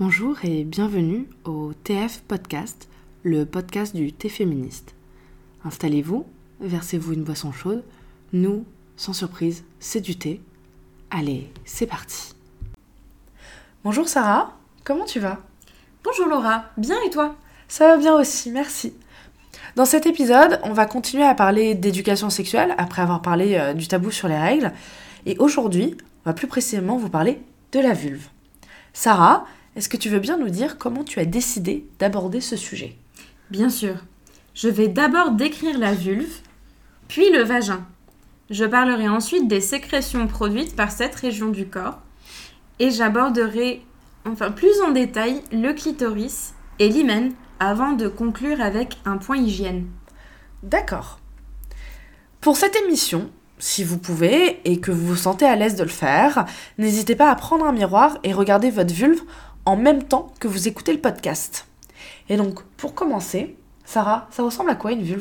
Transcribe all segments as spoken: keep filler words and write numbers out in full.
Bonjour et bienvenue au T F Podcast, le podcast du thé féministe. Installez-vous, versez-vous une boisson chaude. Nous, sans surprise, c'est du thé. Allez, c'est parti. Bonjour Sarah, comment tu vas ? Bonjour Laura, bien et toi ? Ça va bien aussi, merci. Dans cet épisode, on va continuer à parler d'éducation sexuelle après avoir parlé euh, du tabou sur les règles. Et aujourd'hui, on va plus précisément vous parler de la vulve. Sarah, est-ce que tu veux bien nous dire comment tu as décidé d'aborder ce sujet ? Bien sûr. Je vais d'abord décrire la vulve, puis le vagin. Je parlerai ensuite des sécrétions produites par cette région du corps et j'aborderai, enfin plus en détail, le clitoris et l'hymen avant de conclure avec un point hygiène. D'accord. Pour cette émission, si vous pouvez et que vous vous sentez à l'aise de le faire, n'hésitez pas à prendre un miroir et regarder votre vulve en même temps que vous écoutez le podcast. Et donc, pour commencer, Sarah, ça ressemble à quoi une vulve ?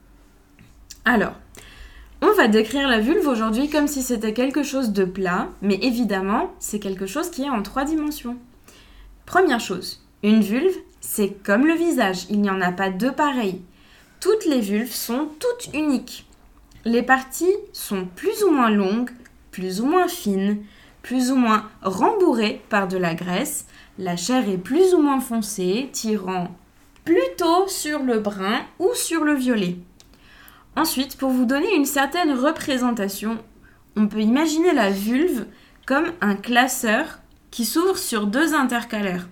Alors, on va décrire la vulve aujourd'hui comme si c'était quelque chose de plat, mais évidemment, c'est quelque chose qui est en trois dimensions. Première chose, une vulve, c'est comme le visage, il n'y en a pas deux pareils. Toutes les vulves sont toutes uniques. Les parties sont plus ou moins longues, plus ou moins fines, plus ou moins rembourrées par de la graisse. La chair est plus ou moins foncée, tirant plutôt sur le brun ou sur le violet. Ensuite, pour vous donner une certaine représentation, on peut imaginer la vulve comme un classeur qui s'ouvre sur deux intercalaires.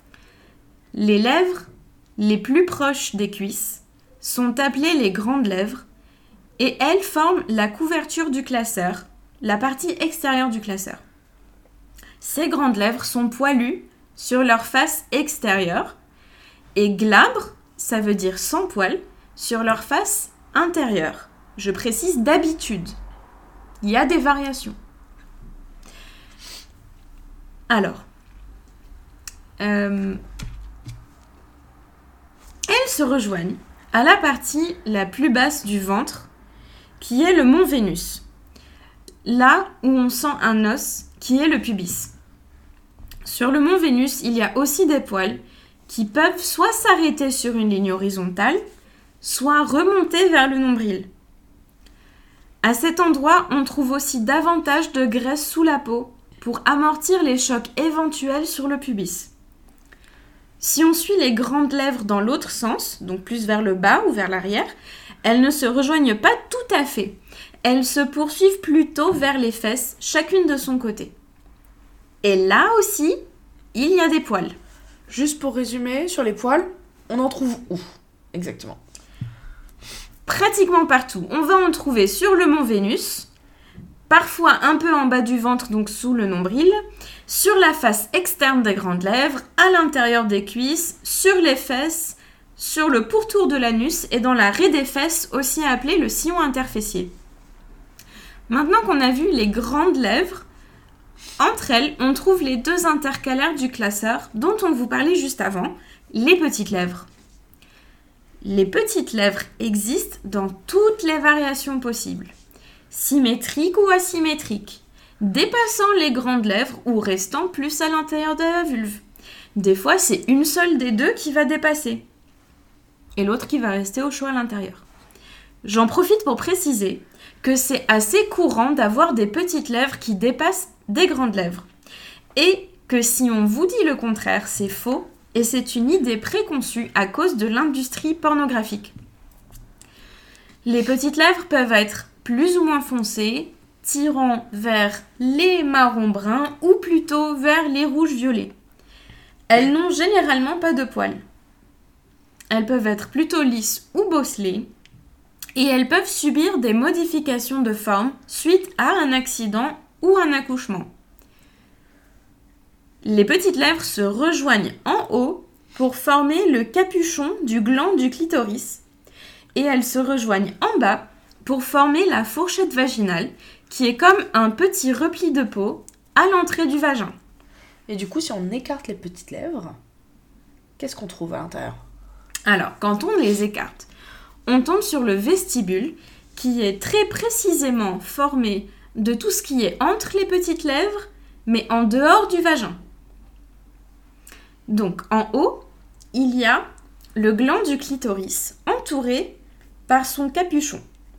Les lèvres les plus proches des cuisses sont appelées les grandes lèvres et elles forment la couverture du classeur, la partie extérieure du classeur. Ces grandes lèvres sont poilues sur leur face extérieure et glabres, ça veut dire sans poils, sur leur face intérieure. Je précise d'habitude. Il y a des variations. Alors, euh, elles se rejoignent à la partie la plus basse du ventre, qui est le mont Vénus, là où on sent un os, qui est le pubis. Sur le mont Vénus, il y a aussi des poils qui peuvent soit s'arrêter sur une ligne horizontale, soit remonter vers le nombril. À cet endroit, on trouve aussi davantage de graisse sous la peau pour amortir les chocs éventuels sur le pubis. Si on suit les grandes lèvres dans l'autre sens, donc plus vers le bas ou vers l'arrière, elles ne se rejoignent pas tout à fait. Elles se poursuivent plutôt vers les fesses, chacune de son côté. Et là aussi, il y a des poils. Juste pour résumer, sur les poils, on en trouve où exactement ? Pratiquement partout. On va en trouver sur le mont Vénus, parfois un peu en bas du ventre, donc sous le nombril, sur la face externe des grandes lèvres, à l'intérieur des cuisses, sur les fesses, sur le pourtour de l'anus et dans la raie des fesses, aussi appelée le sillon interfessier. Maintenant qu'on a vu les grandes lèvres, entre elles, on trouve les deux intercalaires du classeur dont on vous parlait juste avant, les petites lèvres. Les petites lèvres existent dans toutes les variations possibles, symétriques ou asymétriques, dépassant les grandes lèvres ou restant plus à l'intérieur de la vulve. Des fois, c'est une seule des deux qui va dépasser et l'autre qui va rester au chaud à l'intérieur. J'en profite pour préciser que c'est assez courant d'avoir des petites lèvres qui dépassent des grandes lèvres et que si on vous dit le contraire, c'est faux et c'est une idée préconçue à cause de l'industrie pornographique. Les petites lèvres peuvent être plus ou moins foncées, tirant vers les marrons bruns ou plutôt vers les rouges violets. Elles n'ont généralement pas de poils. Elles peuvent être plutôt lisses ou bosselées et elles peuvent subir des modifications de forme suite à un accident ou un accouchement. Les petites lèvres se rejoignent en haut pour former le capuchon du gland du clitoris et elles se rejoignent en bas pour former la fourchette vaginale qui est comme un petit repli de peau à l'entrée du vagin. Et du coup, si on écarte les petites lèvres, qu'est-ce qu'on trouve à l'intérieur ? Alors, quand on les écarte, on tombe sur le vestibule qui est très précisément formé de tout ce qui est entre les petites lèvres, mais en dehors du vagin. Donc en haut, il y a le gland du clitoris entouré par son capuchon.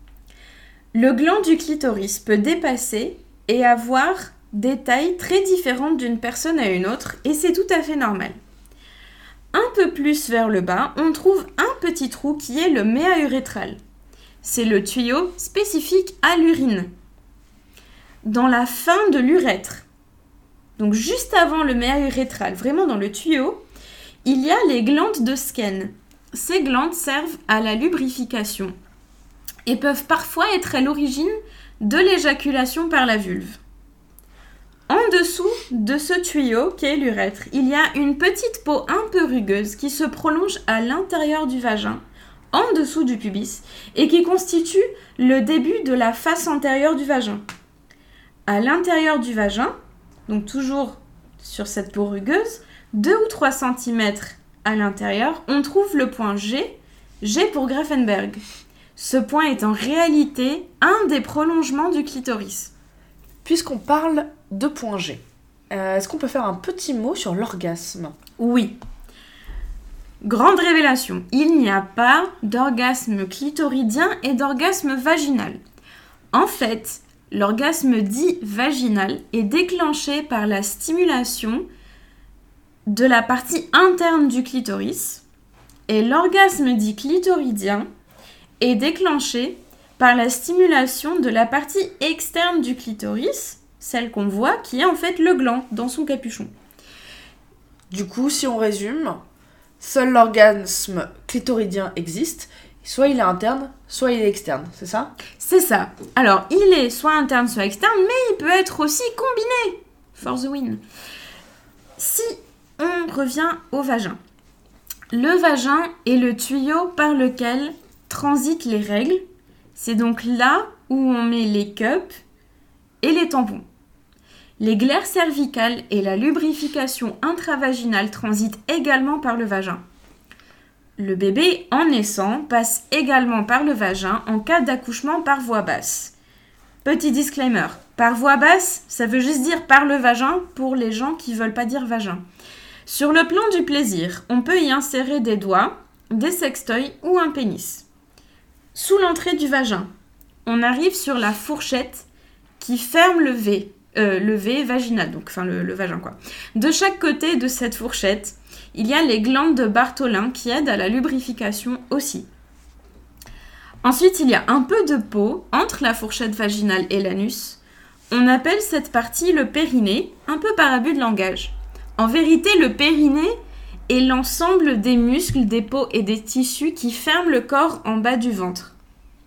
Le gland du clitoris peut dépasser et avoir des tailles très différentes d'une personne à une autre et c'est tout à fait normal. Un peu plus vers le bas, on trouve un petit trou qui est le méa urétral. C'est le tuyau spécifique à l'urine. Dans la fin de l'urètre, donc juste avant le méa urétral, vraiment dans le tuyau, il y a les glandes de Skene. Ces glandes servent à la lubrification et peuvent parfois être à l'origine de l'éjaculation par la vulve. En dessous de ce tuyau qu'est l'urètre, il y a une petite peau un peu rugueuse qui se prolonge à l'intérieur du vagin, en dessous du pubis, et qui constitue le début de la face antérieure du vagin. À l'intérieur du vagin, donc toujours sur cette peau rugueuse, deux ou trois centimètres à l'intérieur, on trouve le point G, G pour Grafenberg. Ce point est en réalité un des prolongements du clitoris. Puisqu'on parle de point G, euh, est-ce qu'on peut faire un petit mot sur l'orgasme ? Oui. Grande révélation, il n'y a pas d'orgasme clitoridien et d'orgasme vaginal. En fait, l'orgasme dit vaginal est déclenché par la stimulation de la partie interne du clitoris et l'orgasme dit clitoridien est déclenché par la stimulation de la partie externe du clitoris, celle qu'on voit, qui est en fait le gland dans son capuchon. Du coup, si on résume, seul l'orgasme clitoridien existe, soit il est interne, soit il est externe, c'est ça ? C'est ça. Alors, il est soit interne, soit externe, mais il peut être aussi combiné. For the win. Si on revient au vagin, le vagin est le tuyau par lequel transitent les règles. C'est donc là où on met les cups et les tampons. Les glaires cervicales et la lubrification intravaginale transitent également par le vagin. Le bébé, en naissant, passe également par le vagin en cas d'accouchement par voie basse. Petit disclaimer, par voie basse, ça veut juste dire par le vagin pour les gens qui ne veulent pas dire vagin. Sur le plan du plaisir, on peut y insérer des doigts, des sextoys ou un pénis. Sous l'entrée du vagin, on arrive sur la fourchette qui ferme le V, euh, le V vaginal, donc enfin le, le vagin quoi. De chaque côté de cette fourchette, il y a les glandes de Bartholin qui aident à la lubrification aussi. Ensuite, il y a un peu de peau entre la fourchette vaginale et l'anus. On appelle cette partie le périnée, un peu par abus de langage. En vérité, le périnée est l'ensemble des muscles, des peaux et des tissus qui ferment le corps en bas du ventre.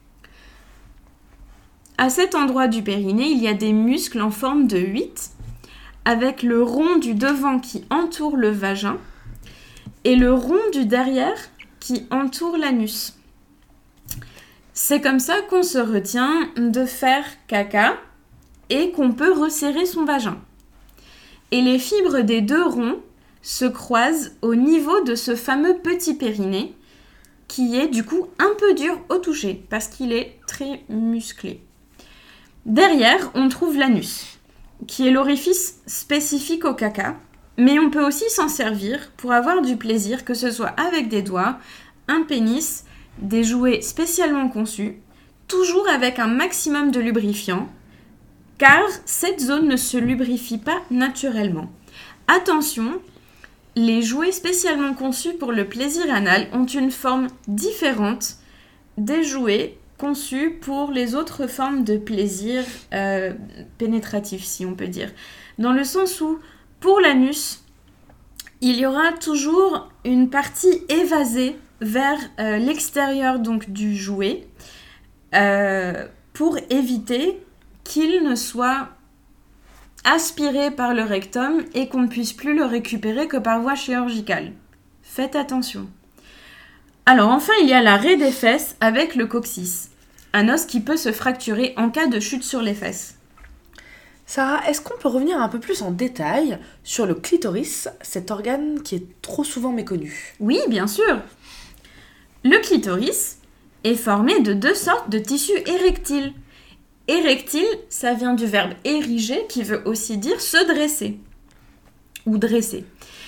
À cet endroit du périnée, il y a des muscles en forme de huit, avec le rond du devant qui entoure le vagin et le rond du derrière qui entoure l'anus. C'est comme ça qu'on se retient de faire caca et qu'on peut resserrer son vagin. Et les fibres des deux ronds se croisent au niveau de ce fameux petit périnée qui est du coup un peu dur au toucher parce qu'il est très musclé. Derrière, on trouve l'anus, qui est l'orifice spécifique au caca, mais on peut aussi s'en servir pour avoir du plaisir, que ce soit avec des doigts, un pénis, des jouets spécialement conçus, toujours avec un maximum de lubrifiant, car cette zone ne se lubrifie pas naturellement. Attention, les jouets spécialement conçus pour le plaisir anal ont une forme différente des jouets conçus pour les autres formes de plaisir euh, pénétratif, si on peut dire. Dans le sens où, pour l'anus, il y aura toujours une partie évasée vers euh, l'extérieur donc, du jouet euh, pour éviter qu'il ne soit aspiré par le rectum et qu'on ne puisse plus le récupérer que par voie chirurgicale. Faites attention. Alors enfin, il y a l'arrêt des fesses avec le coccyx, un os qui peut se fracturer en cas de chute sur les fesses. Sarah, est-ce qu'on peut revenir un peu plus en détail sur le clitoris, cet organe qui est trop souvent méconnu ? Oui, bien sûr. Le clitoris est formé de deux sortes de tissus érectiles. Érectile, ça vient du verbe ériger qui veut aussi dire se dresser ou dresser.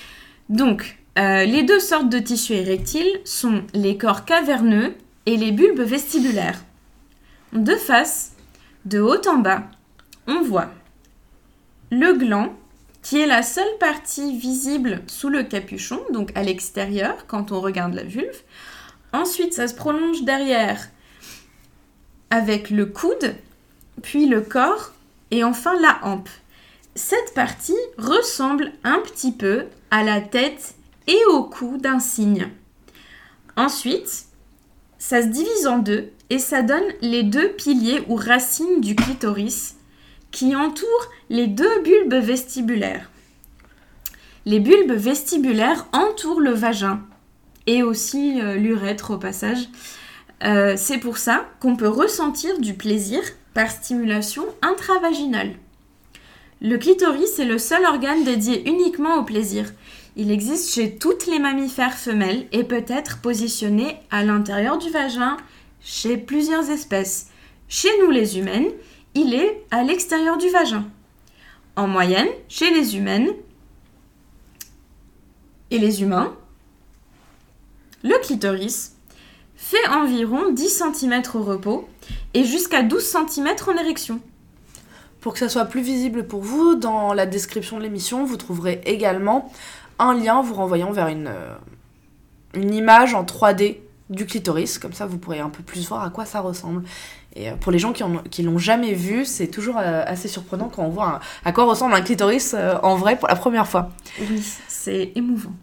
Donc, euh, les deux sortes de tissus érectiles sont les corps caverneux et les bulbes vestibulaires. De face, de haut en bas, on voit le gland, qui est la seule partie visible sous le capuchon, donc à l'extérieur, quand on regarde la vulve. Ensuite, ça se prolonge derrière avec le coude, puis le corps, et enfin la hampe. Cette partie ressemble un petit peu à la tête et au cou d'un cygne. Ensuite, ça se divise en deux, et ça donne les deux piliers ou racines du clitoris, qui entourent les deux bulbes vestibulaires. Les bulbes vestibulaires entourent le vagin et aussi euh, l'urètre au passage. Euh, c'est pour ça qu'on peut ressentir du plaisir par stimulation intravaginale. Le clitoris est le seul organe dédié uniquement au plaisir. Il existe chez toutes les mammifères femelles et peut être positionné à l'intérieur du vagin chez plusieurs espèces. Chez nous les humaines, il est à l'extérieur du vagin. En moyenne, chez les humaines et les humains, le clitoris fait environ dix centimètres au repos et jusqu'à douze centimètres en érection. Pour que ça soit plus visible pour vous, dans la description de l'émission, vous trouverez également un lien vous renvoyant vers une, euh, une image en trois D du clitoris. Comme ça, vous pourrez un peu plus voir à quoi ça ressemble. Et pour les gens qui, en, qui l'ont jamais vu, c'est toujours euh, assez surprenant quand on voit un, à quoi ressemble un clitoris euh, en vrai pour la première fois. Oui, c'est émouvant.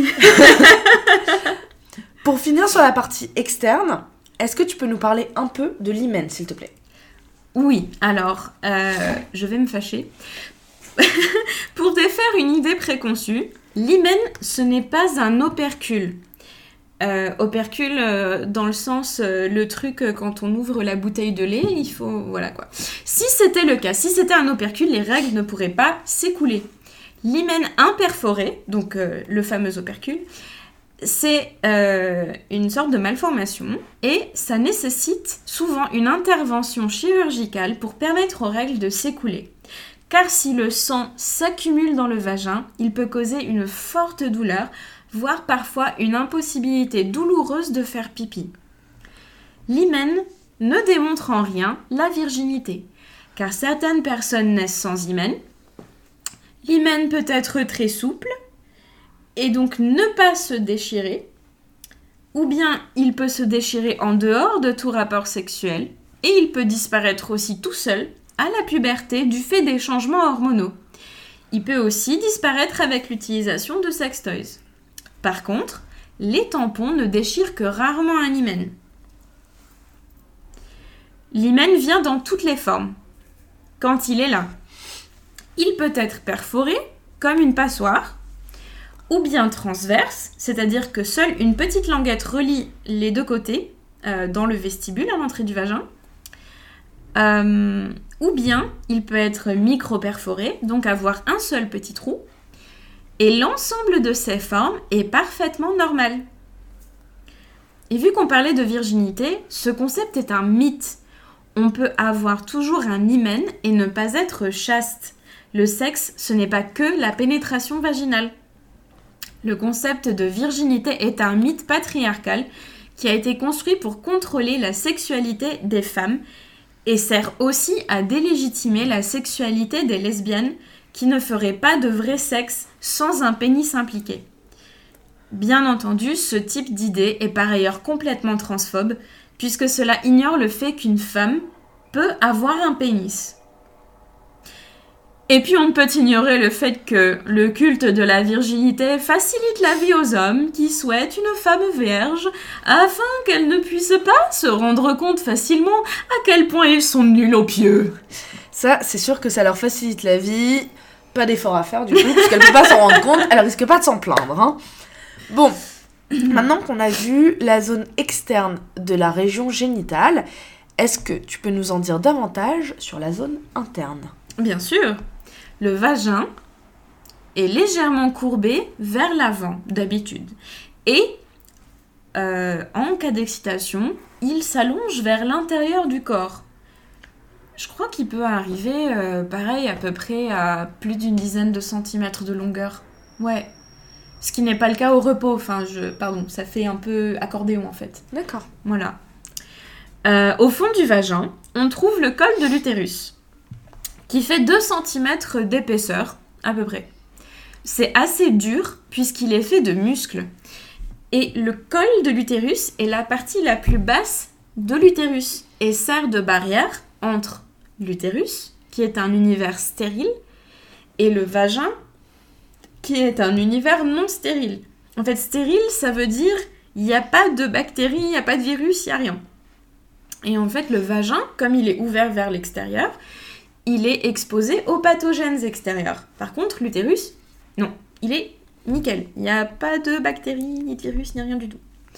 Pour finir sur la partie externe, est-ce que tu peux nous parler un peu de l'hymen, s'il te plaît ? Oui, alors, euh, je vais me fâcher. Pour défaire une idée préconçue, l'hymen, ce n'est pas un opercule. Euh, opercule euh, dans le sens, euh, le truc, euh, quand on ouvre la bouteille de lait, il faut... Voilà quoi. Si c'était le cas, si c'était un opercule, les règles ne pourraient pas s'écouler. L'hymen imperforé, donc euh, le fameux opercule, c'est euh, une sorte de malformation et ça nécessite souvent une intervention chirurgicale pour permettre aux règles de s'écouler. Car si le sang s'accumule dans le vagin, il peut causer une forte douleur, voire parfois une impossibilité douloureuse de faire pipi. L'hymen ne démontre en rien la virginité, car certaines personnes naissent sans hymen. L'hymen peut être très souple, et donc ne pas se déchirer, ou bien il peut se déchirer en dehors de tout rapport sexuel, et il peut disparaître aussi tout seul à la puberté du fait des changements hormonaux. Il peut aussi disparaître avec l'utilisation de sextoys. Par contre, les tampons ne déchirent que rarement un hymen. L'hymen vient dans toutes les formes. Quand il est là, il peut être perforé, comme une passoire, ou bien transverse, c'est-à-dire que seule une petite languette relie les deux côtés euh, dans le vestibule à l'entrée du vagin. Euh, ou bien il peut être micro-perforé, donc avoir un seul petit trou. Et l'ensemble de ces formes est parfaitement normal. Et vu qu'on parlait de virginité, ce concept est un mythe. On peut avoir toujours un hymen et ne pas être chaste. Le sexe, ce n'est pas que la pénétration vaginale. Le concept de virginité est un mythe patriarcal qui a été construit pour contrôler la sexualité des femmes et sert aussi à délégitimer la sexualité des lesbiennes qui ne feraient pas de vrai sexe sans un pénis impliqué. Bien entendu, ce type d'idée est par ailleurs complètement transphobe puisque cela ignore le fait qu'une femme peut avoir un pénis. Et puis on ne peut ignorer le fait que le culte de la virginité facilite la vie aux hommes qui souhaitent une femme vierge afin qu'elle ne puisse pas se rendre compte facilement à quel point ils sont nuls aux pieux. Ça, c'est sûr que ça leur facilite la vie. Pas d'effort à faire du coup, parce qu'elle ne peut pas s'en rendre compte, elle risque pas de s'en plaindre. Hein. Bon, maintenant qu'on a vu la zone externe de la région génitale, est-ce que tu peux nous en dire davantage sur la zone interne ? Bien sûr. Le vagin est légèrement courbé vers l'avant, d'habitude. Et, euh, en cas d'excitation, il s'allonge vers l'intérieur du corps. Je crois qu'il peut arriver, euh, pareil, à peu près à plus d'une dizaine de centimètres de longueur. Ouais. Ce qui n'est pas le cas au repos. Enfin, je... Pardon, ça fait un peu accordéon en fait. D'accord. Voilà. Euh, au fond du vagin, on trouve le col de l'utérus, qui fait deux centimètres d'épaisseur, à peu près. C'est assez dur, puisqu'il est fait de muscles. Et le col de l'utérus est la partie la plus basse de l'utérus, et sert de barrière entre l'utérus, qui est un univers stérile, et le vagin, qui est un univers non stérile. En fait, stérile, ça veut dire il n'y a pas de bactéries, il n'y a pas de virus, il n'y a rien. Et en fait, le vagin, comme il est ouvert vers l'extérieur, il est exposé aux pathogènes extérieurs. Par contre, l'utérus, non, il est nickel. Il n'y a pas de bactéries, ni de virus, ni rien du tout.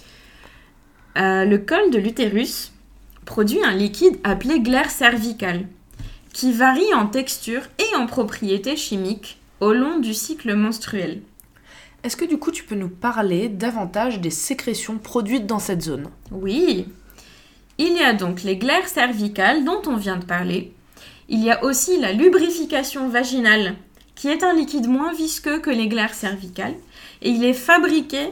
Euh, le col de l'utérus produit un liquide appelé glaire cervicale, qui varie en texture et en propriétés chimiques au long du cycle menstruel. Est-ce que du coup tu peux nous parler davantage des sécrétions produites dans cette zone ? Oui. Il y a donc les glaires cervicales dont on vient de parler. Il y a aussi la lubrification vaginale, qui est un liquide moins visqueux que les glaires cervicales. Et il est fabriqué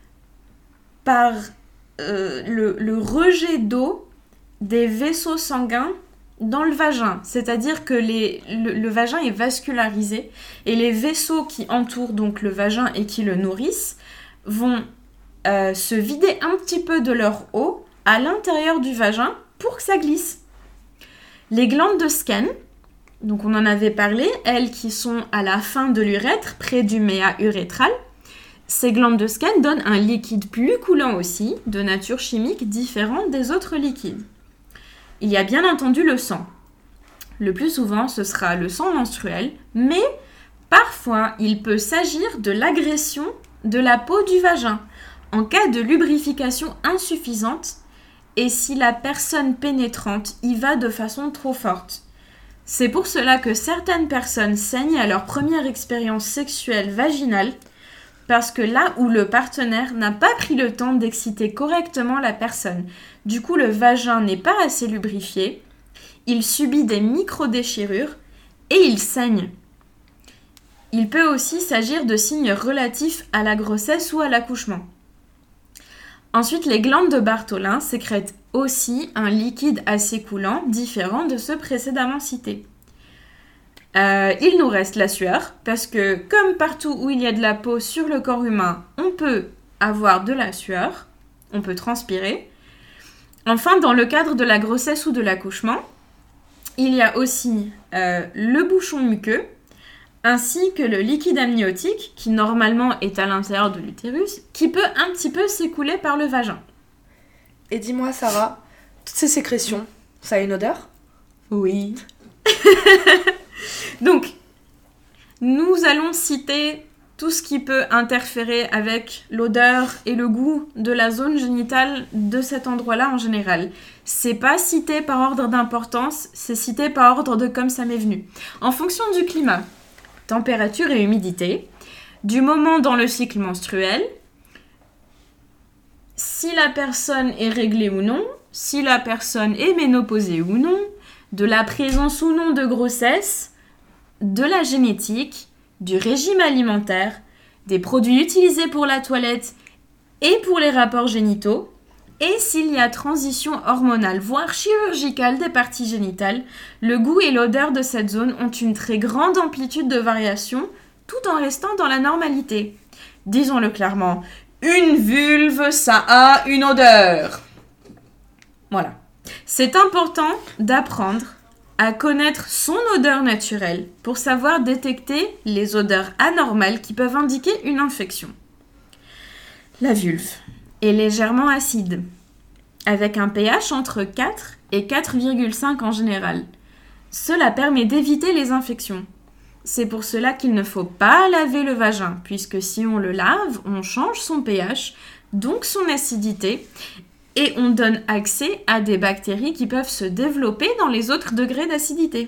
par euh, le, le rejet d'eau des vaisseaux sanguins dans le vagin. C'est-à-dire que les, le, le vagin est vascularisé et les vaisseaux qui entourent donc le vagin et qui le nourrissent vont euh, se vider un petit peu de leur eau à l'intérieur du vagin pour que ça glisse. Les glandes de Skene, donc on en avait parlé, elles qui sont à la fin de l'urètre, près du méa urétral, ces glandes de Skene donnent un liquide plus coulant aussi, de nature chimique différente des autres liquides. Il y a bien entendu le sang. Le plus souvent, ce sera le sang menstruel, mais parfois, il peut s'agir de l'agression de la peau du vagin en cas de lubrification insuffisante et si la personne pénétrante y va de façon trop forte. C'est pour cela que certaines personnes saignent à leur première expérience sexuelle vaginale, parce que là où le partenaire n'a pas pris le temps d'exciter correctement la personne, du coup le vagin n'est pas assez lubrifié, il subit des micro-déchirures et il saigne. Il peut aussi s'agir de signes relatifs à la grossesse ou à l'accouchement. Ensuite, les glandes de Bartholin sécrètent aussi un liquide assez coulant, différent de ceux précédemment cités. Euh, il nous reste la sueur, parce que comme partout où il y a de la peau sur le corps humain, on peut avoir de la sueur, on peut transpirer. Enfin, dans le cadre de la grossesse ou de l'accouchement, il y a aussi euh, le bouchon muqueux, ainsi que le liquide amniotique, qui normalement est à l'intérieur de l'utérus, qui peut un petit peu s'écouler par le vagin. Et dis-moi, Sarah, toutes ces sécrétions, ça a une odeur ? Oui. Donc, nous allons citer tout ce qui peut interférer avec l'odeur et le goût de la zone génitale de cet endroit-là en général. C'est pas cité par ordre d'importance, c'est cité par ordre de comme ça m'est venu. En fonction du climat, température et humidité, du moment dans le cycle menstruel, si la personne est réglée ou non, si la personne est ménopausée ou non, de la présence ou non de grossesse, de la génétique, du régime alimentaire, des produits utilisés pour la toilette et pour les rapports génitaux, et s'il y a transition hormonale, voire chirurgicale des parties génitales, le goût et l'odeur de cette zone ont une très grande amplitude de variation, tout en restant dans la normalité. Disons-le clairement, une vulve, ça a une odeur. Voilà. C'est important d'apprendre à connaître son odeur naturelle pour savoir détecter les odeurs anormales qui peuvent indiquer une infection. La vulve est légèrement acide, avec un pH entre quatre et quatre virgule cinq en général. Cela permet d'éviter les infections. C'est pour cela qu'il ne faut pas laver le vagin, puisque si on le lave, on change son pH, donc son acidité, et on donne accès à des bactéries qui peuvent se développer dans les autres degrés d'acidité.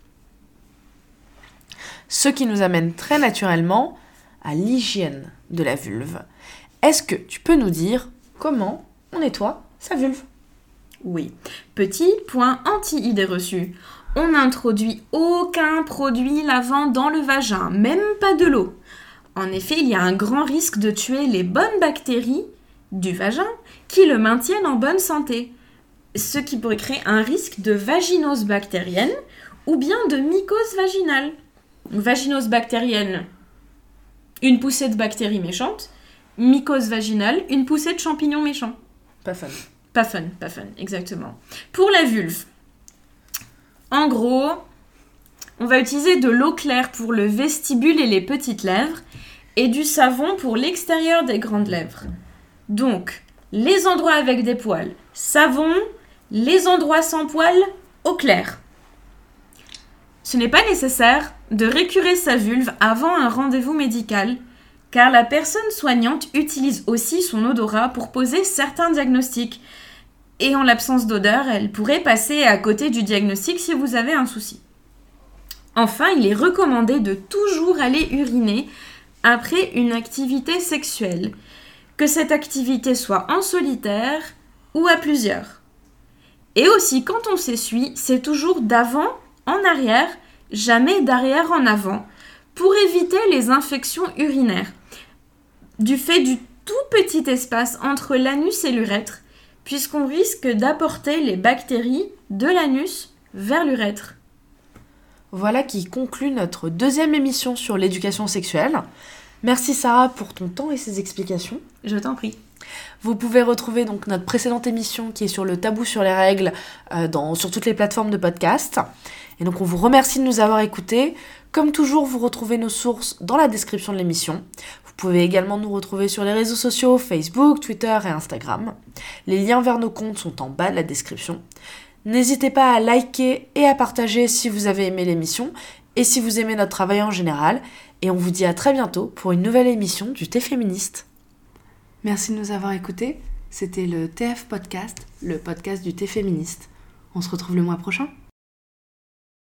Ce qui nous amène très naturellement à l'hygiène de la vulve. Est-ce que tu peux nous dire comment on nettoie sa vulve ? Oui. Petit point anti-idée reçue. On n'introduit aucun produit lavant dans le vagin, même pas de l'eau. En effet, il y a un grand risque de tuer les bonnes bactéries du vagin qui le maintiennent en bonne santé, ce qui pourrait créer un risque de vaginose bactérienne ou bien de mycose vaginale. Vaginose bactérienne, une poussée de bactéries méchantes. Mycose vaginale, une poussée de champignons méchants. Pas fun. Pas fun, pas fun, exactement. Pour la vulve, en gros, on va utiliser de l'eau claire pour le vestibule et les petites lèvres et du savon pour l'extérieur des grandes lèvres. Donc, les endroits avec des poils, savon, les endroits sans poils, eau claire. Ce n'est pas nécessaire de récurer sa vulve avant un rendez-vous médical, car la personne soignante utilise aussi son odorat pour poser certains diagnostics. Et en l'absence d'odeur, elle pourrait passer à côté du diagnostic si vous avez un souci. Enfin, il est recommandé de toujours aller uriner après une activité sexuelle, que cette activité soit en solitaire ou à plusieurs. Et aussi, quand on s'essuie, c'est toujours d'avant en arrière, jamais d'arrière en avant, pour éviter les infections urinaires, du fait du tout petit espace entre l'anus et l'urètre, puisqu'on risque d'apporter les bactéries de l'anus vers l'urètre. Voilà qui conclut notre deuxième émission sur l'éducation sexuelle. Merci Sarah pour ton temps et ces explications. Je t'en prie. Vous pouvez retrouver donc notre précédente émission qui est sur le tabou sur les règles euh, dans, sur toutes les plateformes de podcast. Et donc on vous remercie de nous avoir écoutés. Comme toujours, vous retrouvez nos sources dans la description de l'émission. Vous pouvez également nous retrouver sur les réseaux sociaux, Facebook, Twitter et Instagram. Les liens vers nos comptes sont en bas de la description. N'hésitez pas à liker et à partager si vous avez aimé l'émission et si vous aimez notre travail en général. Et on vous dit à très bientôt pour une nouvelle émission du Thé Féministe. Merci de nous avoir écoutés. C'était le T F Podcast, le podcast du Thé Féministe. On se retrouve le mois prochain.